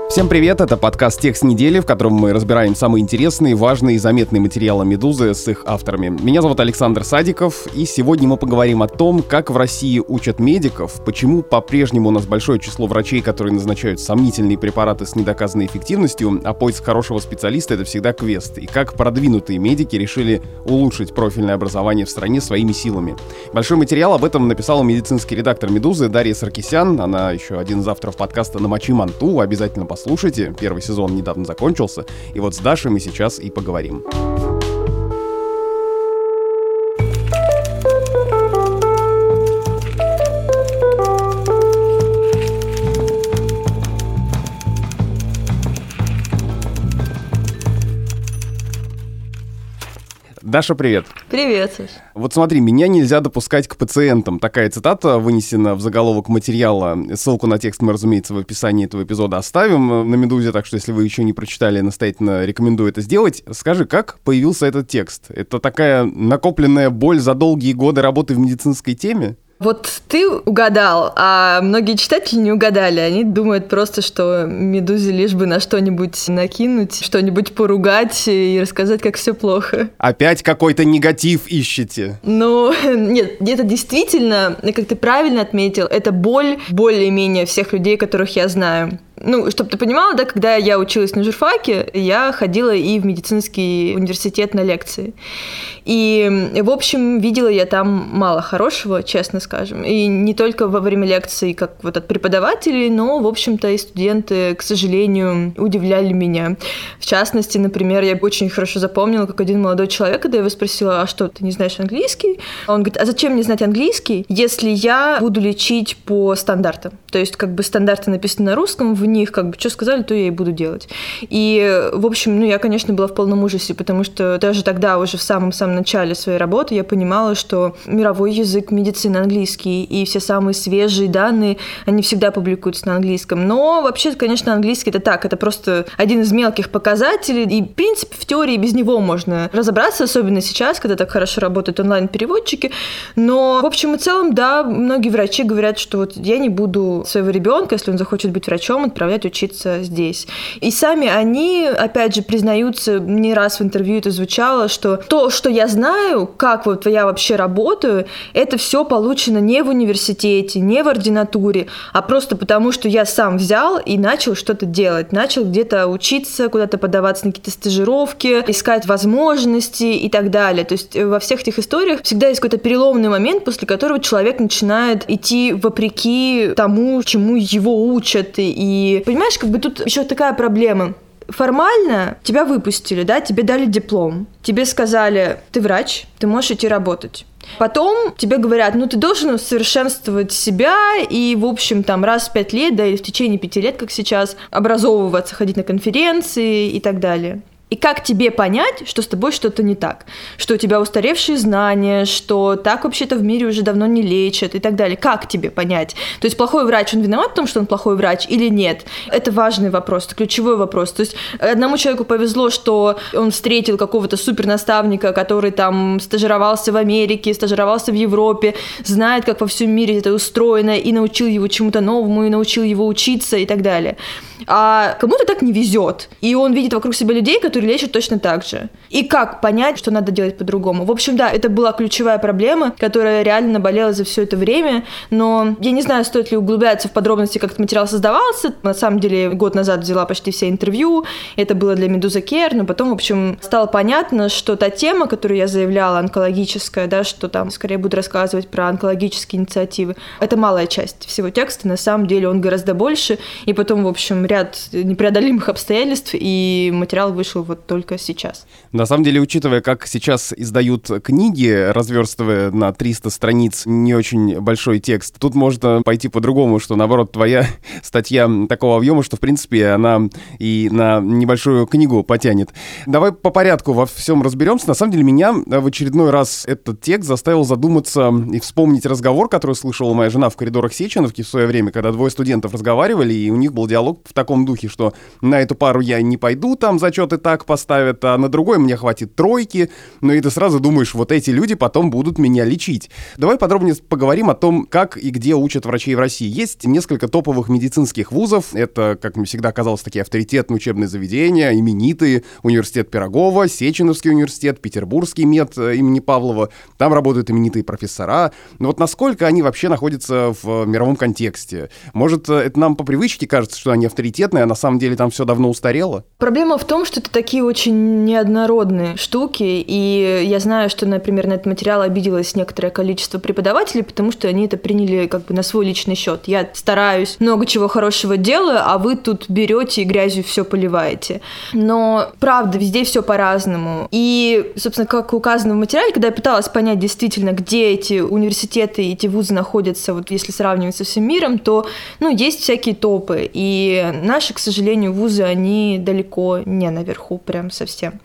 Всем привет, это подкаст «Текст недели», в котором мы разбираем самые интересные, важные и заметные материалы «Медузы» с их авторами. Меня зовут Александр Садиков, и сегодня мы поговорим о том, как в России учат медиков, почему по-прежнему у нас большое число врачей, которые назначают сомнительные препараты с недоказанной эффективностью, а поиск хорошего специалиста — это всегда квест, и как продвинутые медики решили улучшить профильное образование в стране своими силами. Большой материал об этом написала медицинский редактор «Медузы» Дарья Саркисян, она еще один из авторов подкаста «Намочи манту», обязательно послушайте, первый сезон недавно закончился, и вот с Дашей мы сейчас и поговорим. Даша, привет. Привет, Саш. Вот смотри, меня нельзя допускать к пациентам. Такая цитата вынесена в заголовок материала. Ссылку на текст мы, разумеется, в описании этого эпизода оставим на «Медузе», так что если вы еще не прочитали, настоятельно рекомендую это сделать. Скажи, как появился этот текст? Это такая накопленная боль за долгие годы работы в медицинской теме? Вот ты угадал, а многие читатели не угадали. Они думают просто, что «Медузе» лишь бы на что-нибудь накинуть, что-нибудь поругать и рассказать, как все плохо. Опять какой-то негатив ищете? Ну, нет, это действительно, как ты правильно отметил, это боль более-менее всех людей, которых я знаю. Ну, чтобы ты понимала, да, когда я училась на журфаке, я ходила и в медицинский университет на лекции. И, в общем, видела я там мало хорошего, честно скажем. И не только во время лекций, как вот от преподавателей, но, в общем-то, и студенты, к сожалению, удивляли меня. В частности, например, я очень хорошо запомнила, как один молодой человек, когда я его спросила: а что, ты не знаешь английский? Он говорит: а зачем мне знать английский, если я буду лечить по стандартам? То есть, как бы стандарты написаны на русском, в них как бы что сказали, то я и буду делать. И, в общем, я, конечно, была в полном ужасе, потому что даже тогда, уже в самом-самом начале своей работы, я понимала, что мировой язык медицины английский, и все самые свежие данные, они всегда публикуются на английском. Но вообще, конечно, английский — это так, это просто один из мелких показателей, и, в принципе, в теории без него можно разобраться, особенно сейчас, когда так хорошо работают онлайн-переводчики. Но, в общем и целом, да, многие врачи говорят, что вот я не буду своего ребенка, если он захочет быть врачом, отправлять учиться здесь. И сами они, опять же, признаются, не раз в интервью это звучало, что то, что я знаю, как вот я вообще работаю, это все получено не в университете, не в ординатуре, а просто потому, что я сам взял и начал что-то делать, начал где-то учиться, куда-то подаваться на какие-то стажировки, искать возможности и так далее. То есть во всех этих историях всегда есть какой-то переломный момент, после которого человек начинает идти вопреки тому, чему его учат. И понимаешь, как бы тут еще такая проблема. Формально тебя выпустили, да, тебе дали диплом, тебе сказали: ты врач, ты можешь идти работать. Потом тебе говорят: ну, ты должен усовершенствовать себя и, в общем, там раз в 5 лет, да, или в течение 5 лет, как сейчас, образовываться, ходить на конференции и так далее. И как тебе понять, что с тобой что-то не так? Что у тебя устаревшие знания, что так вообще-то в мире уже давно не лечат и так далее. Как тебе понять? То есть плохой врач, он виноват в том, что он плохой врач или нет? Это важный вопрос, это ключевой вопрос. То есть одному человеку повезло, что он встретил какого-то супернаставника, который там стажировался в Америке, стажировался в Европе, знает, как во всем мире это устроено, и научил его чему-то новому, и научил его учиться и так далее. А кому-то так не везет. И он видит вокруг себя людей, которые лечат точно так же. И как понять, что надо делать по-другому? В общем, да, это была ключевая проблема, которая реально наболела за все это время. Но я не знаю, стоит ли углубляться в подробности, как этот материал создавался. На самом деле, год назад взяла почти все интервью. Это было для Медуза Care. Но потом, в общем, стало понятно, что та тема, которую я заявляла, онкологическая, да, что там скорее буду рассказывать про онкологические инициативы, это малая часть всего текста. На самом деле он гораздо больше. И потом, в общем, ряд непреодолимых обстоятельств, и материал вышел вот только сейчас. На самом деле, учитывая, как сейчас издают книги, разверстывая на 300 страниц не очень большой текст, тут можно пойти по-другому, что, наоборот, твоя статья такого объема, что, в принципе, она и на небольшую книгу потянет. Давай по порядку во всем разберемся. На самом деле, меня в очередной раз этот текст заставил задуматься и вспомнить разговор, который слышала моя жена в коридорах Сеченовки в свое время, когда двое студентов разговаривали, и у них был диалог в таком духе, что на эту пару я не пойду, там зачеты так так поставят, а на другой мне хватит 3, ну и ты сразу думаешь, вот эти люди потом будут меня лечить. Давай подробнее поговорим о том, как и где учат врачей в России. Есть несколько топовых медицинских вузов, это, как мне всегда казалось, такие авторитетные учебные заведения, именитые, университет Пирогова, Сеченовский университет, Петербургский мед имени Павлова, там работают именитые профессора. Но вот насколько они вообще находятся в мировом контексте? Может, это нам по привычке кажется, что они авторитетные, а на самом деле там все давно устарело? Проблема в том, что это такие очень неоднородные штуки, и я знаю, что, например, на этот материал обиделось некоторое количество преподавателей, потому что они это приняли как бы на свой личный счет. Я стараюсь, много чего хорошего делаю, а вы тут берете и грязью все поливаете. Но, правда, везде все по-разному. И, собственно, как указано в материале, когда я пыталась понять действительно, где эти университеты и эти вузы находятся, вот если сравнивать со всем миром, то, есть всякие топы. И наши, к сожалению, вузы, они далеко не наверху прям совсем.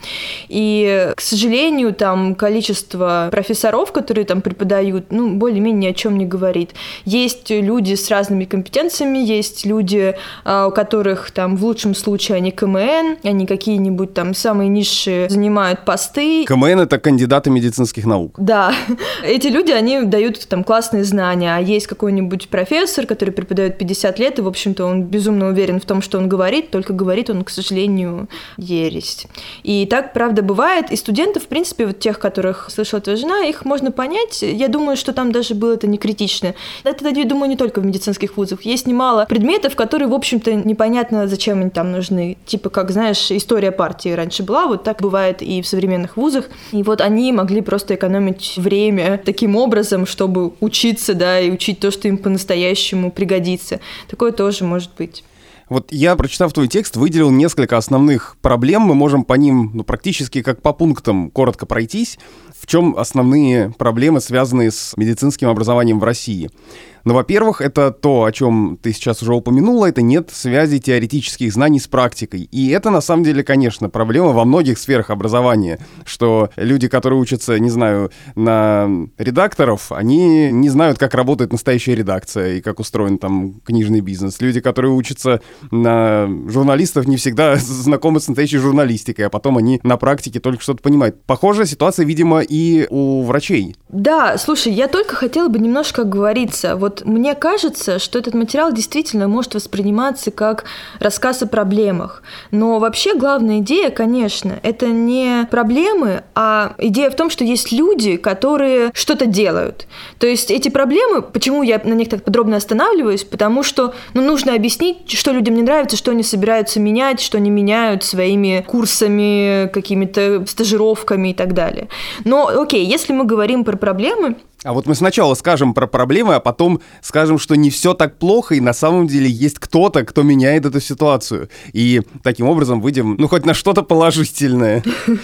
И, к сожалению, там количество профессоров, которые там преподают, более-менее ни о чем не говорит. Есть люди с разными компетенциями, есть люди, у которых там в лучшем случае они КМН, они какие-нибудь там самые низшие занимают посты. КМН — это кандидаты медицинских наук. Да, эти люди, они дают там классные знания, а есть какой-нибудь профессор, который преподает 50 лет, и, в общем-то, он безумно уверен в том, что он говорит, только говорит он, к сожалению, ересь. И так, правда, бывает. И студентов, в принципе, вот тех, которых слышала твоя жена, их можно понять. Я думаю, что там даже было это не критично. Это, я думаю, не только в медицинских вузах. Есть немало предметов, которые, в общем-то, непонятно, зачем они там нужны. Типа, как, знаешь, история партии раньше была, вот так бывает и в современных вузах. И вот они могли просто экономить время таким образом, чтобы учиться, да, и учить то, что им по-настоящему пригодится. Такое тоже может быть. Вот я, прочитав твой текст, выделил несколько основных проблем. Мы можем по ним практически как по пунктам коротко пройтись. В чем основные проблемы, связанные с медицинским образованием в России? Ну, во-первых, это то, о чем ты сейчас уже упомянула, это нет связи теоретических знаний с практикой. И это, на самом деле, конечно, проблема во многих сферах образования, что люди, которые учатся, не знаю, на редакторов, они не знают, как работает настоящая редакция и как устроен там книжный бизнес. Люди, которые учатся на журналистов, не всегда знакомы с настоящей журналистикой, а потом они на практике только что-то понимают. Похожая ситуация, видимо, и у врачей. Да, слушай, я только хотела бы немножко оговориться. Вот мне кажется, что этот материал действительно может восприниматься как рассказ о проблемах. Но вообще главная идея, конечно, это не проблемы, а идея в том, что есть люди, которые что-то делают. То есть эти проблемы, почему я на них так подробно останавливаюсь, потому что нужно объяснить, что людям не нравится, что они собираются менять, что они меняют своими курсами, какими-то стажировками и так далее. Но окей, если мы говорим про проблемы... А вот мы сначала скажем про проблемы, а потом скажем, что не все так плохо, и на самом деле есть кто-то, кто меняет эту ситуацию. И таким образом выйдем, хоть на что-то положительное.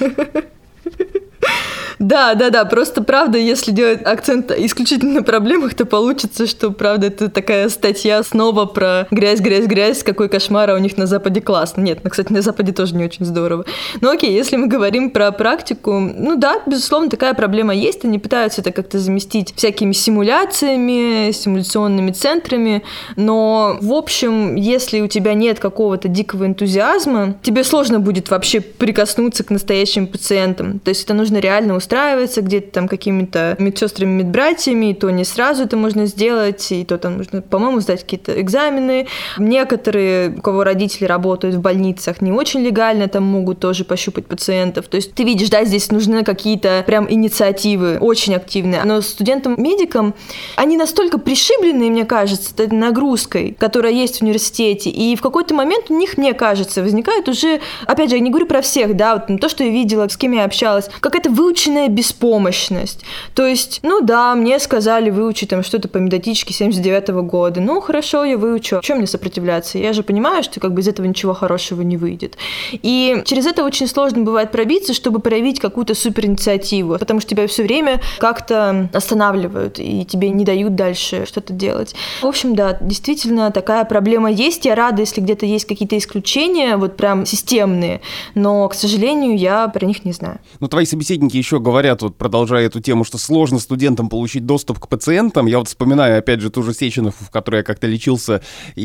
Да, просто правда, если делать акцент исключительно на проблемах, то получится, что правда это такая статья снова про грязь, какой кошмар, а у них на Западе классно. Нет, кстати, на Западе тоже не очень здорово. Но окей, если мы говорим про практику, да, безусловно, такая проблема есть, они пытаются это как-то заместить всякими симуляциями, симуляционными центрами, но, в общем, если у тебя нет какого-то дикого энтузиазма, тебе сложно будет вообще прикоснуться к настоящим пациентам. То есть это нужно реально устраивается где-то там какими-то медсестрами, медбратьями, и то не сразу это можно сделать, и то там нужно, по-моему, сдать какие-то экзамены. Некоторые, у кого родители работают в больницах, не очень легально там могут тоже пощупать пациентов. То есть ты видишь, да, здесь нужны какие-то прям инициативы, очень активные. Но студентам-медикам они настолько пришиблены, мне кажется, этой нагрузкой, которая есть в университете, и в какой-то момент у них, мне кажется, возникает уже, опять же, я не говорю про всех, да, вот то, что я видела, с кем я общалась, какая-то выученная беспомощность. То есть, да, мне сказали выучить там что-то по методичке 79-го года. Хорошо, я выучу. Чем мне сопротивляться? Я же понимаю, что как бы из этого ничего хорошего не выйдет. И через это очень сложно бывает пробиться, чтобы проявить какую-то суперинициативу, потому что тебя все время как-то останавливают и тебе не дают дальше что-то делать. В общем, да, действительно такая проблема есть. Я рада, если где-то есть какие-то исключения, вот прям системные, но, к сожалению, я про них не знаю. Твои собеседники еще говорят, вот продолжая эту тему, что сложно студентам получить доступ к пациентам, я вот вспоминаю, опять же, ту же Сеченову, в которой я как-то лечился,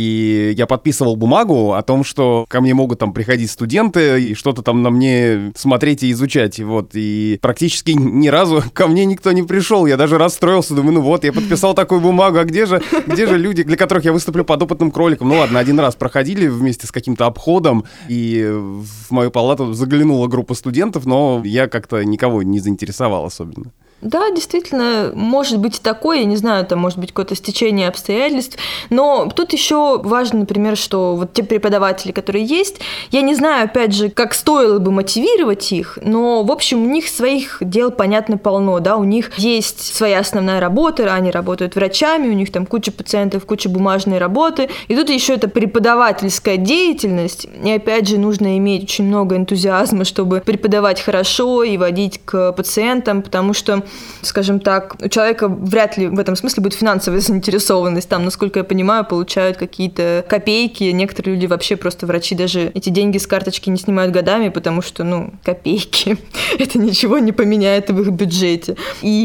и я подписывал бумагу о том, что ко мне могут там приходить студенты и что-то там на мне смотреть и изучать, вот, и практически ни разу ко мне никто не пришел, я даже расстроился, думаю, ну вот, я подписал такую бумагу, а где же люди, для которых я выступлю подопытным кроликом? Ну ладно, один раз проходили вместе с каким-то обходом, и в мою палату заглянула группа студентов, но я как-то никого не заинтересовал особенно. Да, действительно, может быть такое, я не знаю, там может быть какое-то стечение обстоятельств, но тут еще важно, например, что вот те преподаватели, которые есть, я не знаю, опять же, как стоило бы мотивировать их, но, в общем, у них своих дел, понятно, полно, да, у них есть своя основная работа, они работают врачами, у них там куча пациентов, куча бумажной работы, и тут еще это преподавательская деятельность, и, опять же, нужно иметь очень много энтузиазма, чтобы преподавать хорошо и водить к пациентам, потому что, скажем так, у человека вряд ли в этом смысле будет финансовая заинтересованность. Там, насколько я понимаю, получают какие-то копейки. Некоторые люди вообще просто врачи даже эти деньги с карточки не снимают годами, потому что, копейки. Это ничего не поменяет в их бюджете.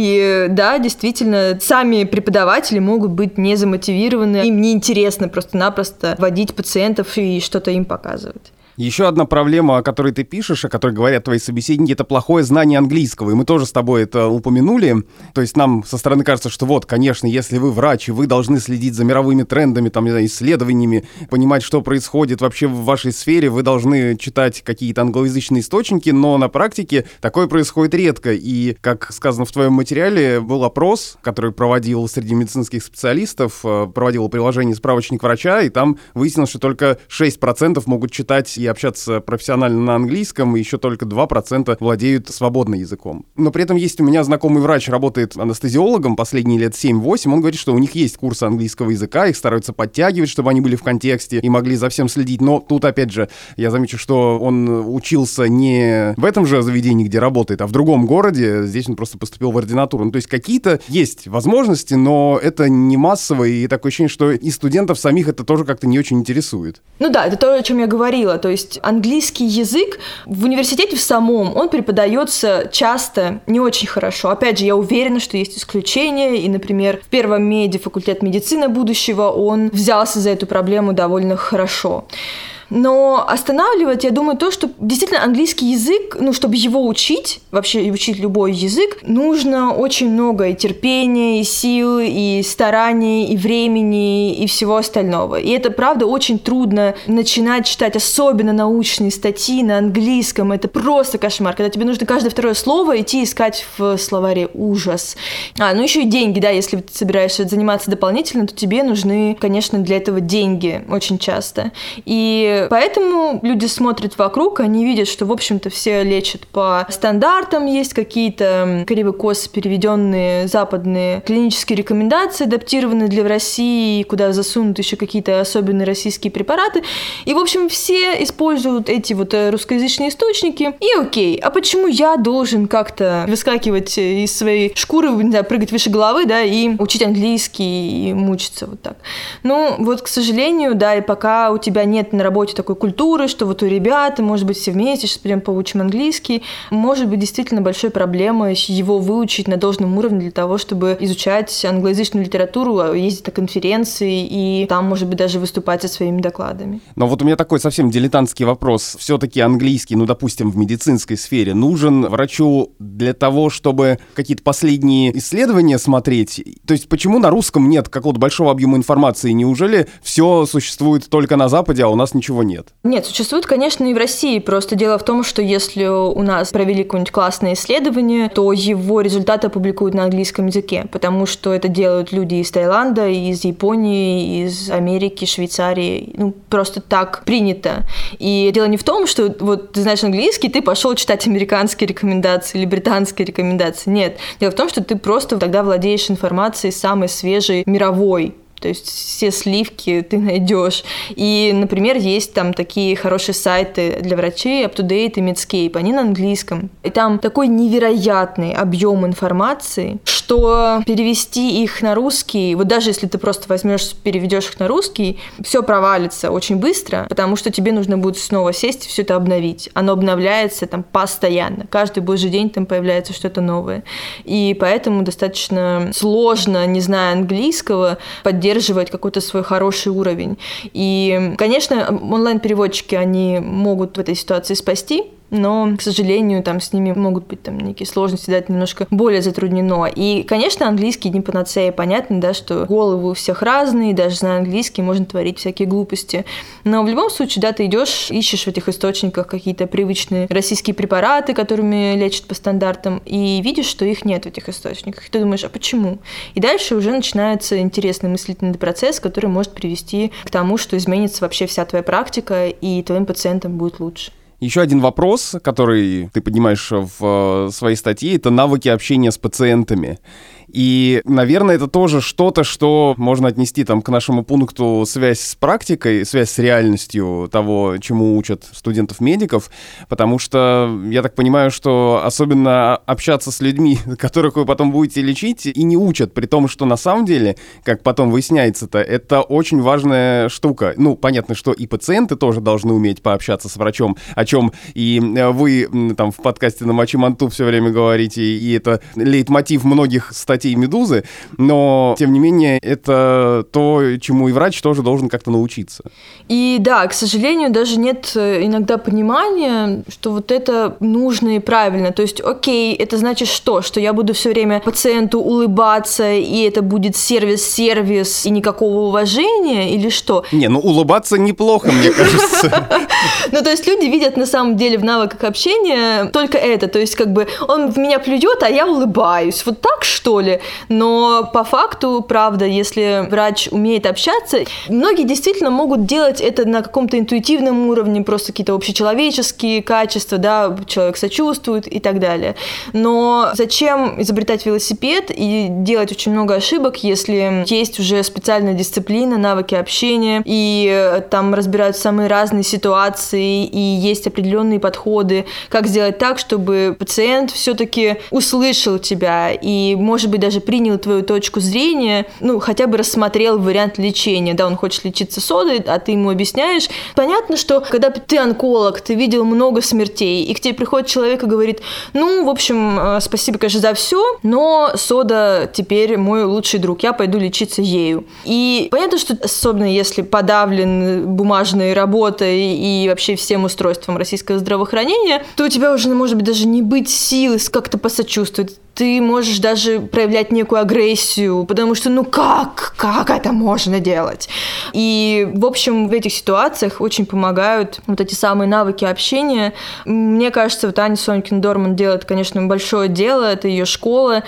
И да, действительно, сами преподаватели могут быть не замотивированы. Им неинтересно просто-напросто водить пациентов и что-то им показывать. Еще одна проблема, о которой ты пишешь, о которой говорят твои собеседники, это плохое знание английского. И мы тоже с тобой это упомянули. То есть нам со стороны кажется, что вот, конечно, если вы врач, и вы должны следить за мировыми трендами, там, не знаю, исследованиями, понимать, что происходит вообще в вашей сфере, вы должны читать какие-то англоязычные источники, но на практике такое происходит редко. И, как сказано в твоем материале, был опрос, который проводил среди медицинских специалистов, проводил приложение «Справочник врача», и там выяснилось, что только 6% могут читать и общаться профессионально на английском, и еще только 2% владеют свободным языком. Но при этом есть у меня знакомый врач, работает анестезиологом последние лет 7-8, он говорит, что у них есть курсы английского языка, их стараются подтягивать, чтобы они были в контексте и могли за всем следить. Но тут, опять же, я замечу, что он учился не в этом же заведении, где работает, а в другом городе. Здесь он просто поступил в ординатуру. Ну, то есть какие-то есть возможности, но это не массово, и такое ощущение, что и студентов самих это тоже как-то не очень интересует. Ну да, это то, о чем я говорила. То есть английский язык в университете в самом, он преподается часто не очень хорошо. Опять же, я уверена, что есть исключения, и, например, в первом меде факультет медицины будущего, он взялся за эту проблему довольно хорошо. Но останавливать, я думаю, то, что действительно английский язык, чтобы его учить, вообще учить любой язык, нужно очень много и терпения, и сил, и стараний, и времени, и всего остального. И это, правда, очень трудно начинать читать, особенно научные статьи на английском. Это просто кошмар, когда тебе нужно каждое второе слово идти искать в словаре. Ужас. Еще и деньги, да, если ты собираешься заниматься дополнительно, то тебе нужны, конечно, для этого деньги очень часто. И поэтому люди смотрят вокруг, они видят, что, в общем-то, все лечат по стандартам, есть какие-то криво-косо переведенные западные клинические рекомендации, адаптированные для России, куда засунут еще какие-то особенные российские препараты. И, в общем, все используют эти русскоязычные источники. И окей, а почему я должен как-то выскакивать из своей шкуры, не знаю, прыгать выше головы, да, и учить английский, и мучиться вот так? К сожалению, да, и пока у тебя нет на работе такой культуры, что у ребят, может быть, все вместе, сейчас прям поучим английский, может быть, действительно большой проблемой его выучить на должном уровне для того, чтобы изучать англоязычную литературу, ездить на конференции и там, может быть, даже выступать со своими докладами. Но у меня такой совсем дилетантский вопрос. Все-таки английский, допустим, в медицинской сфере нужен врачу для того, чтобы какие-то последние исследования смотреть? То есть почему на русском нет какого-то большого объема информации? Неужели все существует только на Западе, а у нас ничего нет? Нет, существует, конечно, и в России. Просто дело в том, что если у нас провели какое-нибудь классное исследование, то его результаты опубликуют на английском языке, потому что это делают люди из Таиланда, из Японии, из Америки, Швейцарии. Просто так принято. И дело не в том, что ты знаешь английский, ты пошел читать американские рекомендации или британские рекомендации. Нет. Дело в том, что ты просто тогда владеешь информацией самой свежей, мировой. То есть все сливки ты найдешь. И, например, есть там такие хорошие сайты для врачей, UpToDate и Medscape, они на английском. И там такой невероятный объем информации, что перевести их на русский, вот даже если ты просто возьмешь, переведешь их на русский, все провалится очень быстро, потому что тебе нужно будет снова сесть и все это обновить. Оно обновляется там постоянно. Каждый божий день там появляется что-то новое. И поэтому достаточно сложно, не зная английского, поддерживать какой-то свой хороший уровень. И, конечно, онлайн-переводчики, они могут в этой ситуации спасти, но, к сожалению, там с ними могут быть там некие сложности, да, это немножко более затруднено. И, конечно, английский не панацея, понятно, да, что головы у всех разные, даже зная английский можно творить всякие глупости. Но в любом случае, да, ты идешь, ищешь в этих источниках какие-то привычные российские препараты, которыми лечат по стандартам, и видишь, что их нет в этих источниках. И ты думаешь, а почему? И дальше уже начинается интересный мыслительный процесс, который может привести к тому, что изменится вообще вся твоя практика, и твоим пациентам будет лучше. Еще один вопрос, который ты поднимаешь в своей статье, это навыки общения с пациентами. И, наверное, это тоже что-то, что можно отнести там к нашему пункту связь с практикой, связь с реальностью того, чему учат студентов-медиков, потому что я так понимаю, что особенно общаться с людьми, которых вы потом будете лечить, и не учат, при том, что на самом деле, как потом выясняется-то, это очень важная штука. Ну, понятно, что и пациенты тоже должны уметь пообщаться с врачом, о чем и вы там в подкасте на Мочи Манту все время говорите, и это лейтмотив многих статей «Медузы», но, тем не менее, это то, чему и врач тоже должен как-то научиться. И да, к сожалению, даже нет иногда понимания, что вот это нужно и правильно. То есть, окей, это значит что? Что я буду все время пациенту улыбаться, и это будет сервис, и никакого уважения, или что? Не, ну улыбаться неплохо, мне кажется. Ну, то есть люди видят на самом деле в навыках общения только это. То есть, как бы, он в меня плюет, а я улыбаюсь. Вот так, что ли? Но по факту, правда, если врач умеет общаться, многие действительно могут делать это на каком-то интуитивном уровне, просто какие-то общечеловеческие качества, да, человек сочувствует и так далее. Но зачем изобретать велосипед и делать очень много ошибок, если есть уже специальная дисциплина, навыки общения, и там разбирают самые разные ситуации, и есть определенные подходы, как сделать так, чтобы пациент все-таки услышал тебя и, может быть, даже принял твою точку зрения, ну, хотя бы рассмотрел вариант лечения, да, он хочет лечиться содой, а ты ему объясняешь. Понятно, что когда ты онколог, ты видел много смертей, и к тебе приходит человек и говорит, ну, в общем, спасибо, конечно, за все, но сода теперь мой лучший друг, я пойду лечиться ею. И понятно, что особенно если подавлен бумажной работой и вообще всем устройством российского здравоохранения, то у тебя уже, может быть, даже не быть сил как-то посочувствовать. Ты можешь даже проявлять некую агрессию, потому что, ну как это можно делать? И, в общем, в этих ситуациях очень помогают вот эти самые навыки общения. Мне кажется, вот Аня Сонькин-Дорман делает, конечно, большое дело, это ее школа,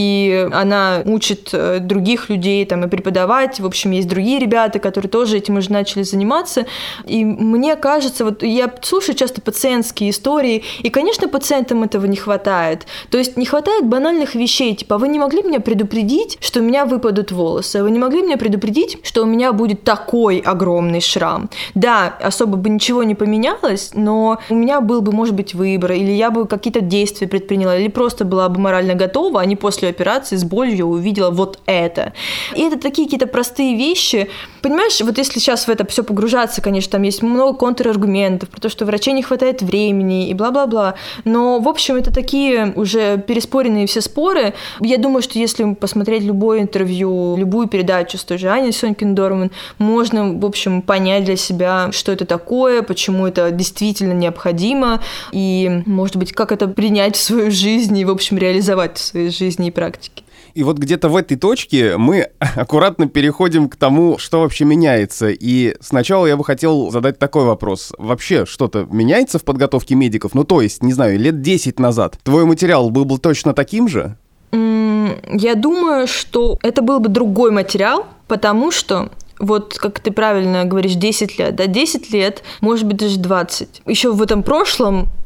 и она учит других людей там и преподавать. В общем, есть другие ребята, которые тоже этим уже начали заниматься. И мне кажется, вот я слушаю часто пациентские истории, и, конечно, пациентам этого не хватает. То есть не хватает банальных вещей, типа, вы не могли меня предупредить, что у меня выпадут волосы, вы не могли меня предупредить, что у меня будет такой огромный шрам. Да, особо бы ничего не поменялось, но у меня был бы, может быть, выбор, или я бы какие-то действия предприняла, или просто была бы морально готова, а не после операции с болью увидела вот это. И это такие какие-то простые вещи. Понимаешь, вот если сейчас в это все погружаться, конечно, там есть много контраргументов про то, что врачей не хватает времени и бла-бла-бла, но, в общем, это такие уже переспоренные все споры. Я думаю, что если посмотреть любое интервью, любую передачу с той же Аней Сонькин-Дорман, можно, в общем, понять для себя, что это такое, почему это действительно необходимо, и, может быть, как это принять в свою жизнь и, в общем, реализовать в своей жизни и практике. И вот где-то в этой точке мы аккуратно переходим к тому, что вообще меняется. И сначала я бы хотел задать такой вопрос. Вообще что-то меняется в подготовке медиков? Ну, то есть, не знаю, лет 10 назад твой материал был точно таким же? Я думаю, что это был бы другой материал, потому что вот, как ты правильно говоришь, 10 лет, да, 10 лет, может быть, даже 20. Еще в этом прошлом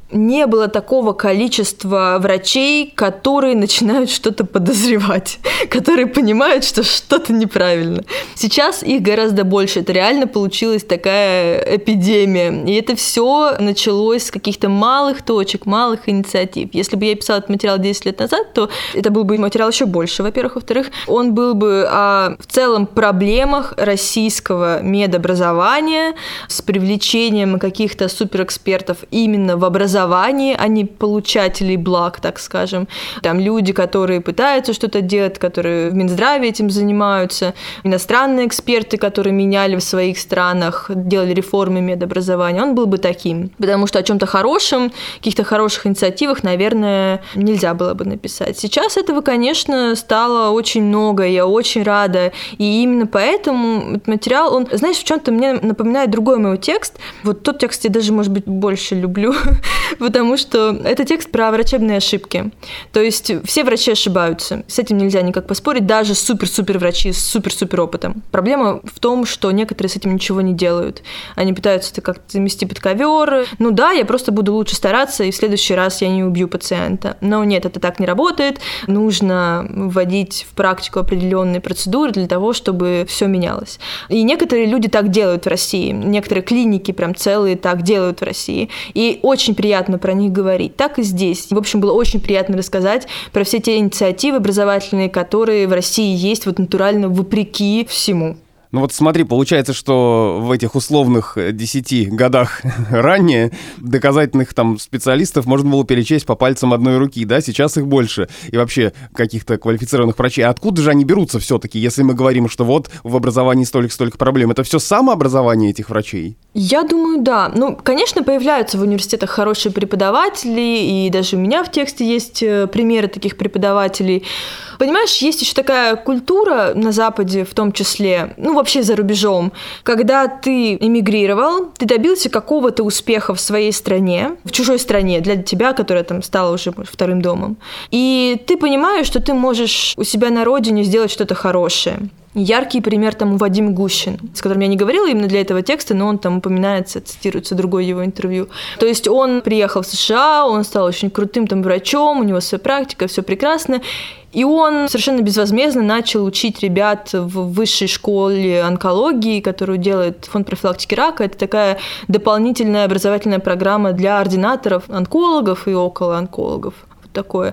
не было такого количества врачей, которые начинают что-то подозревать, которые понимают, что что-то неправильно. Сейчас их гораздо больше. Это реально получилась такая эпидемия. И это все началось с каких-то малых точек, малых инициатив. Если бы я писала этот материал 10 лет назад, то это был бы материал еще больше, во-первых. Во-вторых, он был бы о в целом проблемах российского медобразования с привлечением каких-то суперэкспертов именно в образовании, а не получателей благ, так скажем. Там люди, которые пытаются что-то делать, которые в Минздраве этим занимаются, иностранные эксперты, которые меняли в своих странах, делали реформы медобразования, он был бы таким. Потому что о чем-то хорошем, каких-то хороших инициативах, наверное, нельзя было бы написать. Сейчас этого, конечно, стало очень много, я очень рада. И именно поэтому этот материал, он, знаешь, в чем-то мне напоминает другой мой текст. Вот тот текст я даже, может быть, больше люблю, потому что это текст про врачебные ошибки. То есть все врачи ошибаются. С этим нельзя никак поспорить, даже супер-супер врачи с супер-супер опытом. Проблема в том, что некоторые с этим ничего не делают. Они пытаются это как-то замести под ковер. Ну да, я просто буду лучше стараться, и в следующий раз я не убью пациента. Но нет, это так не работает. Нужно вводить в практику определенные процедуры для того, чтобы все менялось. И некоторые люди так делают в России. Некоторые клиники прям целые так делают в России. И очень приятно про них говорить. Так и здесь. В общем, было очень приятно рассказать про все те инициативы образовательные, которые в России есть вот натурально вопреки всему. Ну вот смотри, получается, что в этих условных 10 годах ранее доказательных там специалистов можно было перечесть по пальцам одной руки, да, сейчас их больше, и вообще каких-то квалифицированных врачей. А откуда же они берутся все-таки, если мы говорим, что вот в образовании столько проблем? Это все самообразование этих врачей? Я думаю, да. Ну, конечно, появляются в университетах хорошие преподаватели, и даже у меня в тексте есть примеры таких преподавателей. Понимаешь, есть еще такая культура на Западе в том числе, ну, вообще за рубежом, когда ты эмигрировал, ты добился какого-то успеха в своей стране, в чужой стране, для тебя, которая там стала уже вторым домом, и ты понимаешь, что ты можешь у себя на родине сделать что-то хорошее. Яркий пример тому Вадим Гущин, с которым я не говорила именно для этого текста, но он там упоминается, цитируется другое его интервью. То есть он приехал в США, он стал очень крутым там врачом, у него своя практика, все прекрасно. И он совершенно безвозмездно начал учить ребят в высшей школе онкологии, которую делает Фонд профилактики рака. Это такая дополнительная образовательная программа для ординаторов, онкологов и околоонкологов. Вот такое.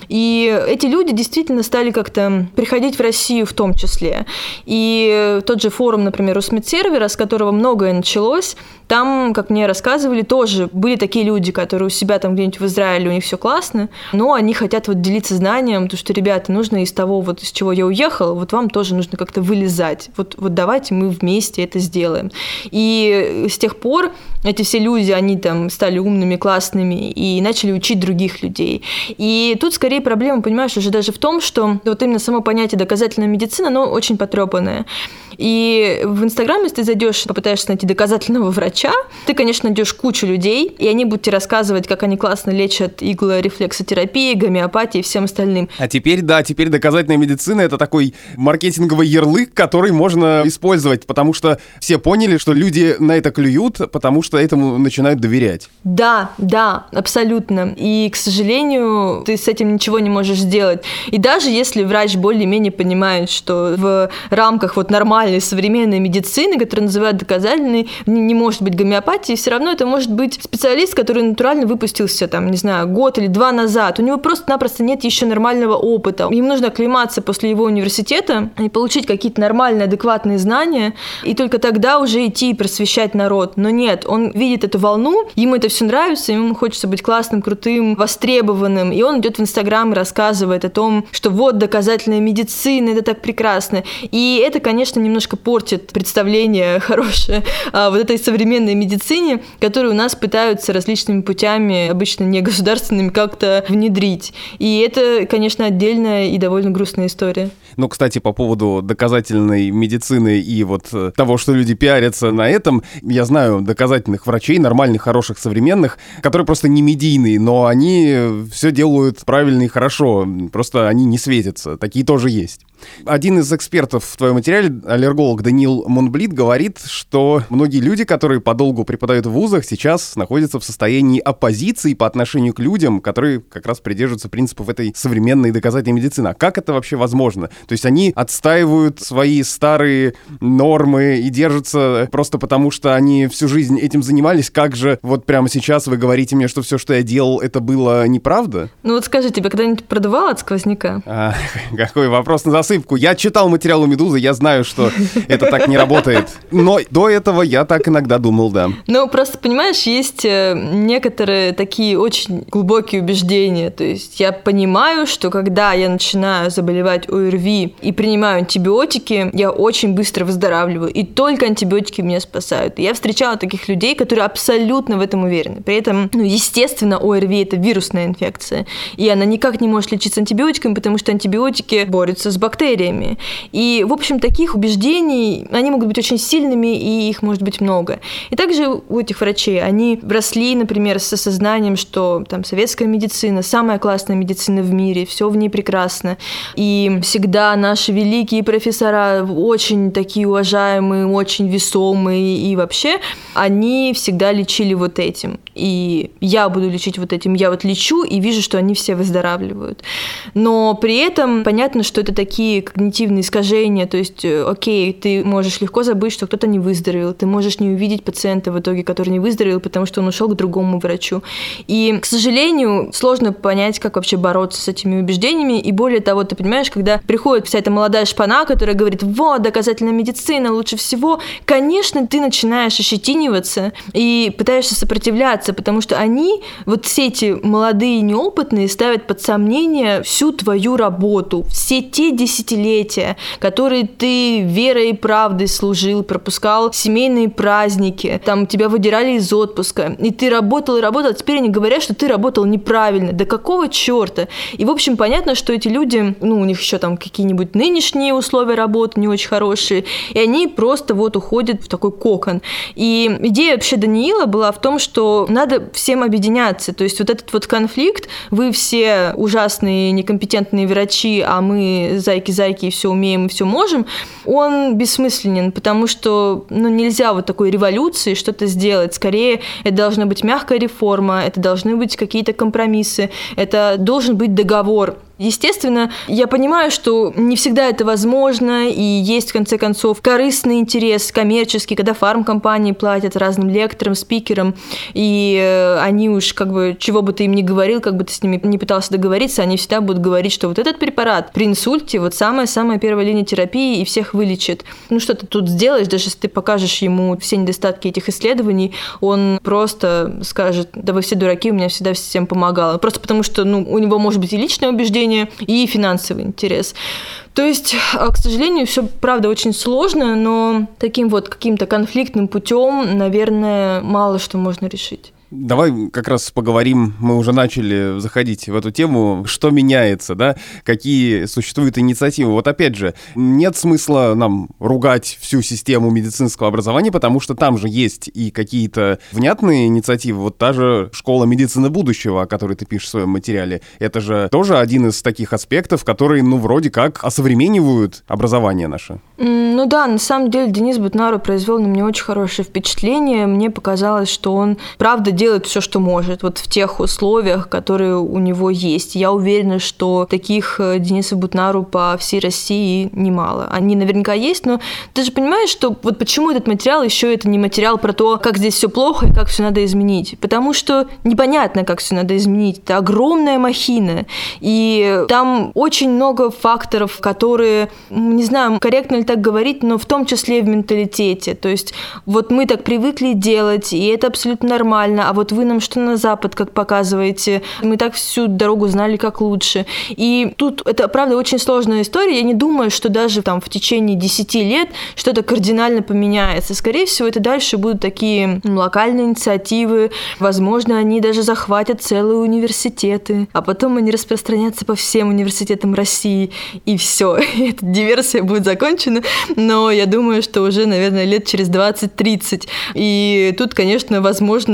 И эти люди действительно стали как-то приходить в Россию в том числе. И тот же форум, например, Русмедсервера, с которого многое началось, там, как мне рассказывали, тоже были такие люди, которые у себя там где-нибудь в Израиле, у них все классно, но они хотят вот делиться знанием, потому что, ребята, нужно из того, вот из чего я уехала, вот вам тоже нужно как-то вылезать. Вот давайте мы вместе это сделаем. И с тех пор эти все люди, они там стали умными, классными и начали учить других людей. И тут скорее проблема, понимаешь, уже даже в том, что вот именно само понятие доказательная медицина, оно очень потрепанное. И в Инстаграме, если ты зайдешь, попытаешься найти доказательного врача, ты, конечно, найдешь кучу людей, и они будут тебе рассказывать, как они классно лечат иглорефлексотерапией, гомеопатией и всем остальным. А теперь доказательная медицина — это такой маркетинговый ярлык, который можно использовать, потому что все поняли, что люди на это клюют, потому что этому начинают доверять. Да, абсолютно. И, к сожалению, ты с этим ничего не можешь сделать. И даже если врач более-менее понимает, что в рамках вот нормальной современной медицины, которую называют доказательной, не может быть гомеопатии, все равно это может быть специалист, который натурально выпустился, там, не знаю, год или два назад. У него просто-напросто нет еще нормального опыта. Ему нужно оклематься после его университета и получить какие-то нормальные, адекватные знания, и только тогда уже идти и просвещать народ. Но нет, он видит эту волну, ему это все нравится, ему хочется быть классным, крутым, востребованным, и он идет в Инстаграм и рассказывает о том, что вот доказательная медицина, это так прекрасно. И это, конечно, немножко портит представление хорошее о вот этой современной медицине, которую у нас пытаются различными путями, обычно не государственными, как-то внедрить. И это, конечно, отдельная и довольно грустная история. Ну, кстати, по поводу доказательной медицины и вот того, что люди пиарятся на этом, я знаю доказательных врачей, нормальных, хороших, современных, которые просто не медийные, но они все делают правильно и хорошо, просто они не светятся. Такие тоже есть. Один из экспертов в твоем материале, аллерголог Даниил Монблит, говорит, что многие люди, которые подолгу преподают в вузах, сейчас находятся в состоянии оппозиции по отношению к людям, которые как раз придерживаются принципов этой современной доказательной медицины. А как это вообще возможно? То есть они отстаивают свои старые нормы и держатся просто потому, что они всю жизнь этим занимались. Как же вот прямо сейчас вы говорите мне, что все, что я делал, это было неправда? Ну вот скажи, тебя когда-нибудь продувало от сквозняка? Какой вопрос на засыпку. Я читал материал у «Медузы», я знаю, что это так не работает. Но до этого я так иногда думал, да. Ну, просто, понимаешь, есть некоторые такие очень глубокие убеждения. То есть я понимаю, что когда я начинаю заболевать ОРВИ и принимаю антибиотики, я очень быстро выздоравливаю. И только антибиотики меня спасают. И я встречала таких людей, которые абсолютно в этом уверены. При этом, естественно, ОРВИ – это вирусная инфекция. И она никак не может лечиться антибиотиками, потому что антибиотики борются с бактериями. И, в общем, таких убеждений, они могут быть очень сильными, и их может быть много. И также у этих врачей, они росли, например, с осознанием, что там советская медицина, самая классная медицина в мире, все в ней прекрасно. И всегда наши великие профессора, очень такие уважаемые, очень весомые, и вообще они всегда лечили вот этим. И я буду лечить вот этим. Я вот лечу и вижу, что они все выздоравливают. Но при этом понятно, что это такие когнитивные искажения. То есть, окей, ты можешь легко забыть, что кто-то не выздоровел. Ты можешь не увидеть пациента в итоге, который не выздоровел, потому что он ушел к другому врачу. И, к сожалению, сложно понять, как вообще бороться с этими убеждениями. И более того, ты понимаешь, когда приходит вся эта молодая шпана, которая говорит: вот, доказательная медицина лучше всего, конечно, ты начинаешь ощетиниваться и пытаешься сопротивляться, потому что они, вот все эти молодые неопытные, ставят под сомнение всю твою работу, все те десятилетия, которые ты верой и правдой служил, пропускал семейные праздники, там тебя выдирали из отпуска, и ты работал, а теперь они говорят, что ты работал неправильно. Да какого черта? И, в общем, понятно, что эти люди, у них еще там какие-нибудь нынешние условия работы не очень хорошие, и они просто вот уходят в такой кокон. И идея вообще Даниила была в том, что надо всем объединяться. То есть вот этот вот конфликт, вы все ужасные, некомпетентные врачи, а мы зайки-зайки и все умеем, и все можем, он бессмысленен, потому что нельзя вот такой революции что-то сделать. Скорее, это должна быть мягкая реформа, это должны быть какие-то компромиссы, это должен быть договор. Естественно, я понимаю, что не всегда это возможно, и есть, в конце концов, корыстный интерес, коммерческий, когда фармкомпании платят разным лекторам, спикерам, и они уж чего бы ты им ни говорил, как бы ты с ними не пытался договориться, они всегда будут говорить, что вот этот препарат при инсульте вот самая-самая первая линия терапии и всех вылечит. Что ты тут сделаешь, даже если ты покажешь ему все недостатки этих исследований, он просто скажет: да вы все дураки, у меня всегда всем помогало. Просто потому что у него может быть и личное убеждение, и финансовый интерес. То есть, к сожалению, все, правда, очень сложно, но таким вот каким-то конфликтным путем, наверное, мало что можно решить. Давай как раз поговорим, мы уже начали заходить в эту тему, что меняется, да, какие существуют инициативы. Вот опять же, нет смысла нам ругать всю систему медицинского образования, потому что там же есть и какие-то внятные инициативы. Вот та же школа медицины будущего, о которой ты пишешь в своем материале, это же тоже один из таких аспектов, которые, вроде как осовременивают образование наше. Да, на самом деле Денис Бутнару произвел на меня очень хорошее впечатление. Мне показалось, что он, правда, делает все, что может, вот в тех условиях, которые у него есть. Я уверена, что таких Денисов Бутнару по всей России немало. Они наверняка есть, но ты же понимаешь, что вот почему этот материал еще это не материал про то, как здесь все плохо и как все надо изменить. Потому что непонятно, как все надо изменить. Это огромная махина. И там очень много факторов, которые, не знаю, корректно ли так говорить, но в том числе и в менталитете. То есть вот мы так привыкли делать, и это абсолютно нормально, а вот вы нам что на Запад, как показываете, мы так всю дорогу знали, как лучше. И тут это, правда, очень сложная история. Я не думаю, что даже там в течение 10 лет что-то кардинально поменяется. Скорее всего, это дальше будут такие локальные инициативы. Возможно, они даже захватят целые университеты, а потом они распространятся по всем университетам России. И все, эта диверсия будет закончена. Но я думаю, что уже, наверное, лет через 20-30. И тут, конечно, возможно, не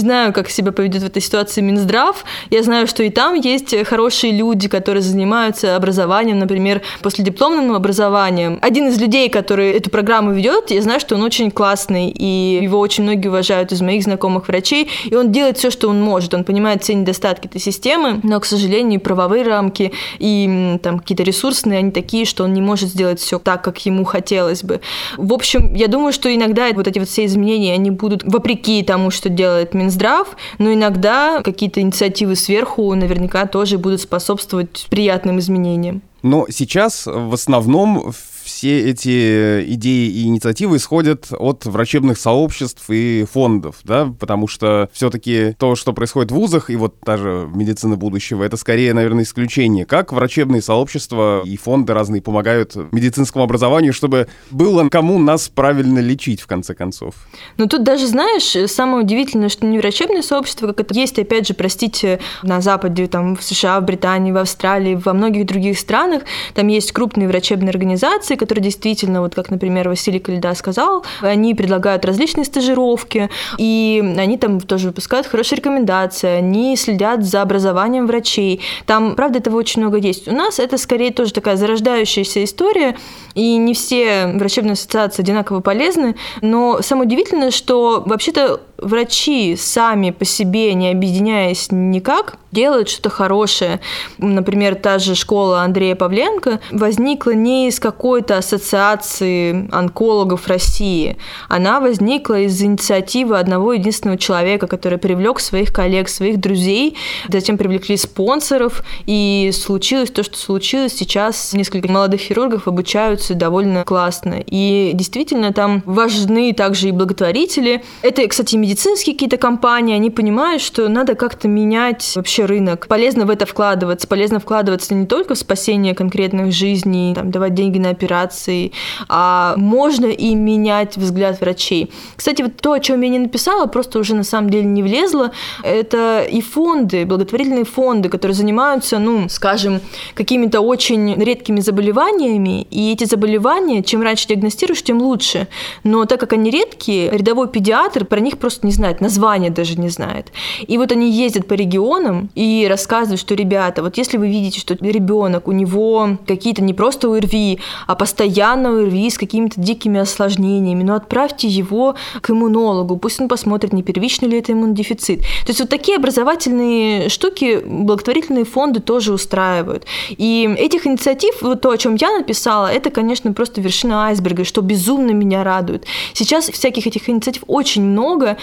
знаю, как себя поведет в этой ситуации Минздрав. Я знаю, что и там есть хорошие люди, которые занимаются образованием, например, последипломным образованием. Один из людей, который эту программу ведет, я знаю, что он очень классный, и его очень многие уважают из моих знакомых врачей, и он делает все, что он может. Он понимает все недостатки этой системы, но, к сожалению, правовые рамки и там какие-то ресурсные, они такие, что он не может сделать все так, как ему хотелось бы. В общем, я думаю, что иногда вот эти вот все изменения, они будут вопреки тому, что делает Минздрав, но иногда какие-то инициативы сверху наверняка тоже будут способствовать приятным изменениям. Но сейчас в основном все эти идеи и инициативы исходят от врачебных сообществ и фондов, да, потому что все-таки то, что происходит в вузах, и вот даже медицина будущего, это скорее, наверное, исключение. Как врачебные сообщества и фонды разные помогают медицинскому образованию, чтобы было кому нас правильно лечить, в конце концов? Ну, тут даже, знаешь, самое удивительное, что не врачебные сообщества, как это есть, опять же, простите, на Западе, там, в США, в Британии, в Австралии, во многих других странах, там есть крупные врачебные организации, которые действительно, вот как, например, Василий Калида сказал, они предлагают различные стажировки, и они там тоже выпускают хорошие рекомендации, они следят за образованием врачей. Там, правда, этого очень много есть. У нас это скорее тоже такая зарождающаяся история, и не все врачебные ассоциации одинаково полезны, но самое удивительное, что вообще-то врачи сами по себе, не объединяясь никак, делают что-то хорошее. Например, та же школа Андрея Павленко возникла не из какой-то ассоциации онкологов России. Она возникла из инициативы одного единственного человека, который привлек своих коллег, своих друзей, затем привлекли спонсоров, и случилось то, что случилось. Сейчас несколько молодых хирургов обучаются довольно классно. И действительно, там важны также и благотворители. Это, кстати, медицинские какие-то компании, они понимают, что надо как-то менять вообще рынок. Полезно в это вкладываться. Полезно вкладываться не только в спасение конкретных жизней, там, давать деньги на операции, а можно и менять взгляд врачей. Кстати, вот то, о чем я не написала, просто уже на самом деле не влезло, это и фонды, благотворительные фонды, которые занимаются, ну, скажем, какими-то очень редкими заболеваниями, и эти заболевания, чем раньше диагностируешь, тем лучше. Но так как они редкие, рядовой педиатр про них просто не знает, название даже не знает. И вот они ездят по регионам и рассказывают, что, ребята, вот если вы видите, что ребенок, у него какие-то не просто ОРВИ, а постоянно ОРВИ с какими-то дикими осложнениями, но отправьте его к иммунологу, пусть он посмотрит, не первичный ли это иммунодефицит. То есть вот такие образовательные штуки благотворительные фонды тоже устраивают. И этих инициатив, вот то, о чем я написала, это, конечно, просто вершина айсберга, что безумно меня радует. Сейчас всяких этих инициатив очень много,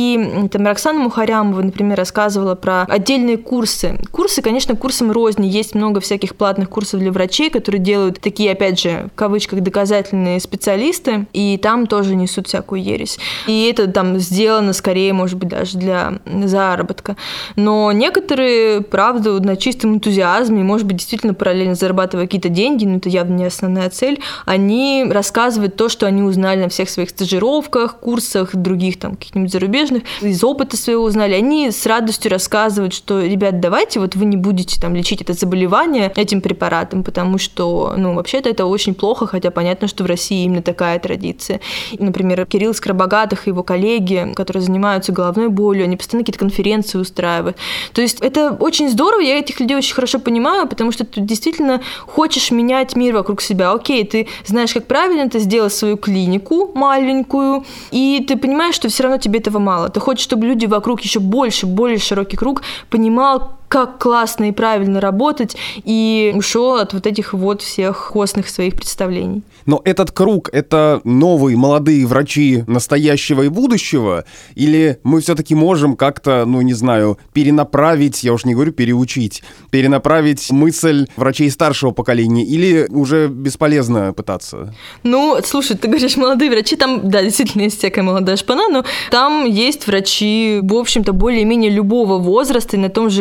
и там Роксана Мухарямова, например, рассказывала про отдельные курсы. Курсы, конечно, курсам розни, есть много всяких платных курсов для врачей, которые делают такие, опять же, в кавычках, доказательные специалисты, и там тоже несут всякую ересь. И это там сделано скорее, может быть, даже для заработка. Но некоторые, правда, на чистом энтузиазме, может быть, действительно параллельно зарабатывая какие-то деньги, но это явно не основная цель, они рассказывают то, что они узнали на всех своих стажировках, курсах, других там каких-нибудь зарубежных, из опыта своего узнали. Они с радостью рассказывают, что, ребят, давайте вот вы не будете там лечить это заболевание этим препаратом, потому что, ну, вообще-то это очень плохо, хотя понятно, что в России именно такая традиция. И, например, Кирилл Скоробогатых и его коллеги, которые занимаются головной болью, они постоянно какие-то конференции устраивают. То есть это очень здорово, я этих людей очень хорошо понимаю, потому что ты действительно хочешь менять мир вокруг себя. Окей, ты знаешь, как правильно это сделать свою клинику маленькую, и ты понимаешь, что все равно тебе этого мало. Ты хочешь, чтобы люди вокруг еще больше, более широкий круг понимал, как классно и правильно работать, и ушел от вот этих вот всех костных своих представлений. Но этот круг — это новые молодые врачи настоящего и будущего? Или мы все-таки можем как-то, ну, не знаю, перенаправить, я уж не говорю переучить, перенаправить мысль врачей старшего поколения? Или уже бесполезно пытаться? Ну, слушай, ты говоришь, молодые врачи, там, да, действительно есть всякая молодая шпана, но там есть врачи, в общем-то, более-менее любого возраста, и на том же РМС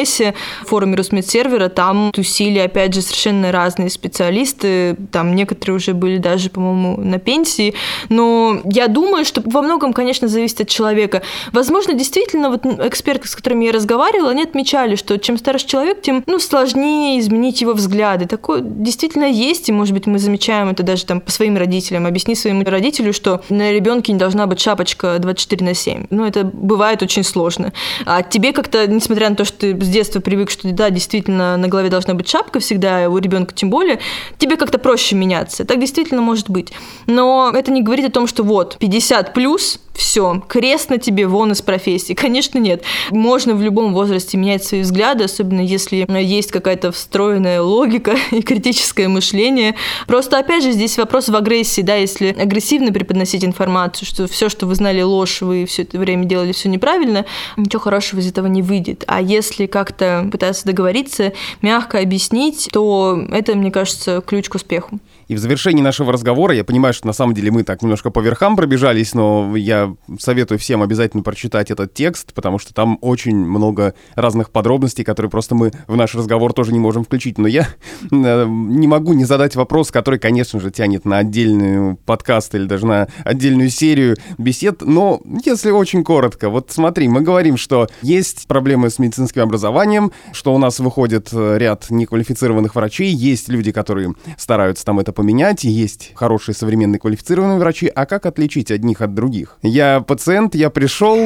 Конгрессе, форуме Росмедсервера, там тусили, опять же, совершенно разные специалисты, там некоторые уже были даже, по-моему, на пенсии, но я думаю, что во многом, конечно, зависит от человека. Возможно, действительно, вот эксперты, с которыми я разговаривала, они отмечали, что чем старше человек, тем сложнее изменить его взгляды. Такое действительно есть, и, может быть, мы замечаем это даже там по своим родителям. Объясни своему родителю, что на ребенке не должна быть шапочка 24/7. Это бывает очень сложно. А тебе как-то, несмотря на то, что ты с детства привык, что да, действительно, на голове должна быть шапка всегда, у ребенка тем более, тебе как-то проще меняться. Так действительно может быть. Но это не говорит о том, что вот, 50+, все, крест на тебе, вон из профессии. Конечно, нет. Можно в любом возрасте менять свои взгляды, особенно если есть какая-то встроенная логика и критическое мышление. Просто, опять же, здесь вопрос в агрессии, да, если агрессивно преподносить информацию, что все, что вы знали, ложь, вы все это время делали все неправильно, ничего хорошего из этого не выйдет. А если как-то пытаться договориться, мягко объяснить, то это, мне кажется, ключ к успеху. И в завершении нашего разговора, я понимаю, что на самом деле мы так немножко по верхам пробежались, но я советую всем обязательно прочитать этот текст, потому что там очень много разных подробностей, которые просто мы в наш разговор тоже не можем включить. Но я не могу не задать вопрос, который, конечно же, тянет на отдельный подкаст или даже на отдельную серию бесед, но если очень коротко, вот смотри, мы говорим, что есть проблемы с медицинским образованием, что у нас выходит ряд неквалифицированных врачей, есть люди, которые стараются там это поменять, и есть хорошие современные квалифицированные врачи, а как отличить одних от других? Я пациент, я пришел,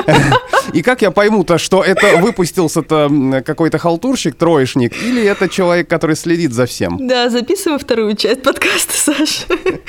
и как я пойму-то, что это выпустился-то какой-то халтурщик, троечник, или это человек, который следит за всем? Да, записываем вторую часть подкаста, Саша.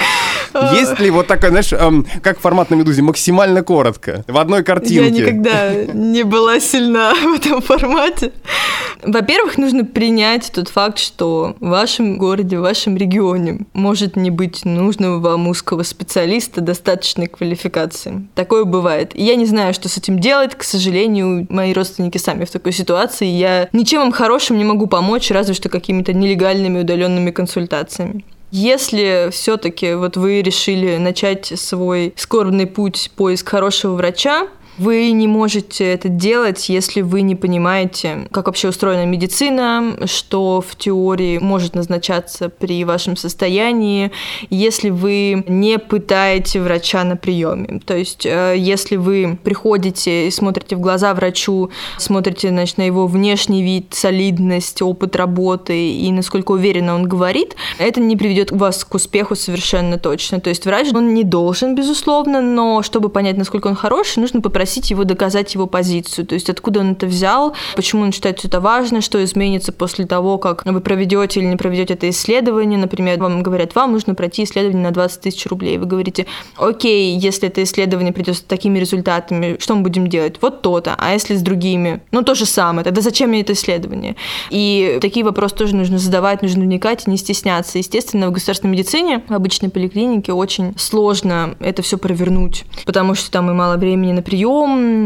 Есть ли вот такая, знаешь, как формат на «Медузе», максимально коротко, в одной картинке? Я никогда не была сильна в этом формате. Во-первых, нужно принять тот факт, что в вашем городе, в вашем регионе может не быть нужного вам узкого специалиста достаточной квалификации. Такое бывает. И я не знаю, что с этим делать. К сожалению, мои родственники сами в такой ситуации. Я ничем им хорошим не могу помочь, разве что какими-то нелегальными удаленными консультациями. Если все-таки вот вы решили начать свой скорбный путь поиск хорошего врача, вы не можете это делать, если вы не понимаете, как вообще устроена медицина, что в теории может назначаться при вашем состоянии, если вы не пытаете врача на приеме. То есть, если вы приходите и смотрите в глаза врачу, смотрите, значит, на его внешний вид, солидность, опыт работы и насколько уверенно он говорит, это не приведет вас к успеху совершенно точно. То есть, врач, он не должен, безусловно, но чтобы понять, насколько он хороший, нужно попросить его доказать его позицию, то есть откуда он это взял, почему он считает, что это важно, что изменится после того, как вы проведете или не проведете это исследование. Например, вам говорят, вам нужно пройти исследование на 20 000 рублей. Вы говорите, окей, если это исследование придет с такими результатами, что мы будем делать? Вот то-то. А если с другими? То же самое. Тогда зачем мне это исследование? И такие вопросы тоже нужно задавать, нужно вникать и не стесняться. Естественно, в государственной медицине, в обычной поликлинике очень сложно это все провернуть, потому что там и мало времени на прием,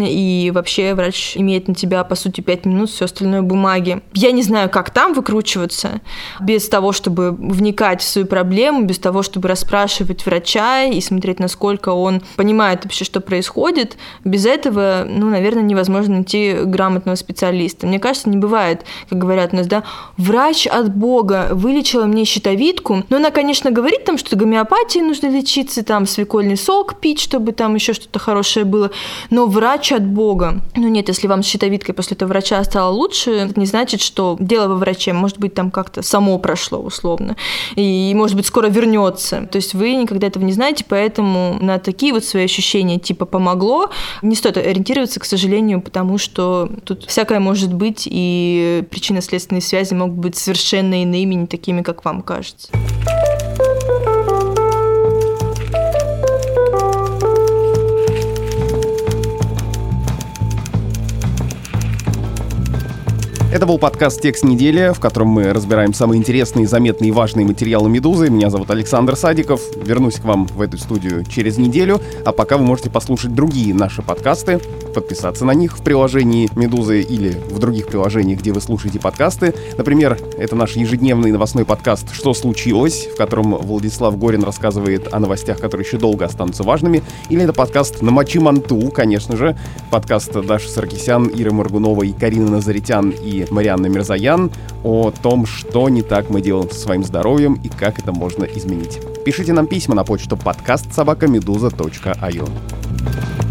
и вообще врач имеет на тебя, по сути, 5 минут, все остальное бумаги. Я не знаю, как там выкручиваться, без того, чтобы вникать в свою проблему, без того, чтобы расспрашивать врача и смотреть, насколько он понимает вообще, что происходит. Без этого, наверное, невозможно найти грамотного специалиста. Мне кажется, не бывает, как говорят у нас, да, врач от Бога вылечила мне щитовидку, но она, конечно, говорит там, что гомеопатией нужно лечиться, там свекольный сок пить, чтобы там еще что-то хорошее было, но врач от Бога. Нет, если вам с щитовидкой после этого врача стало лучше, это не значит, что дело во враче. Может быть, там как-то само прошло условно. И, может быть, скоро вернется. То есть вы никогда этого не знаете, поэтому на такие вот свои ощущения типа помогло не стоит ориентироваться, к сожалению, потому что тут всякое может быть, и причинно-следственные связи могут быть совершенно иными, не такими, как вам кажется. Это был подкаст «Текст недели», в котором мы разбираем самые интересные, заметные и важные материалы «Медузы». Меня зовут Александр Садиков. Вернусь к вам в эту студию через неделю, а пока вы можете послушать другие наши подкасты подписаться на них в приложении «Медузы» или в других приложениях, где вы слушаете подкасты. Например, это наш ежедневный новостной подкаст «Что случилось?», в котором Владислав Горин рассказывает о новостях, которые еще долго останутся важными. Или это подкаст «Намочи манту», конечно же, подкаст Даши Саркисян, Иры Моргуновой, Карины Назаритян и Марианны Мирзаян о том, что не так мы делаем со своим здоровьем и как это можно изменить. Пишите нам письма на почту podcast@meduza.io.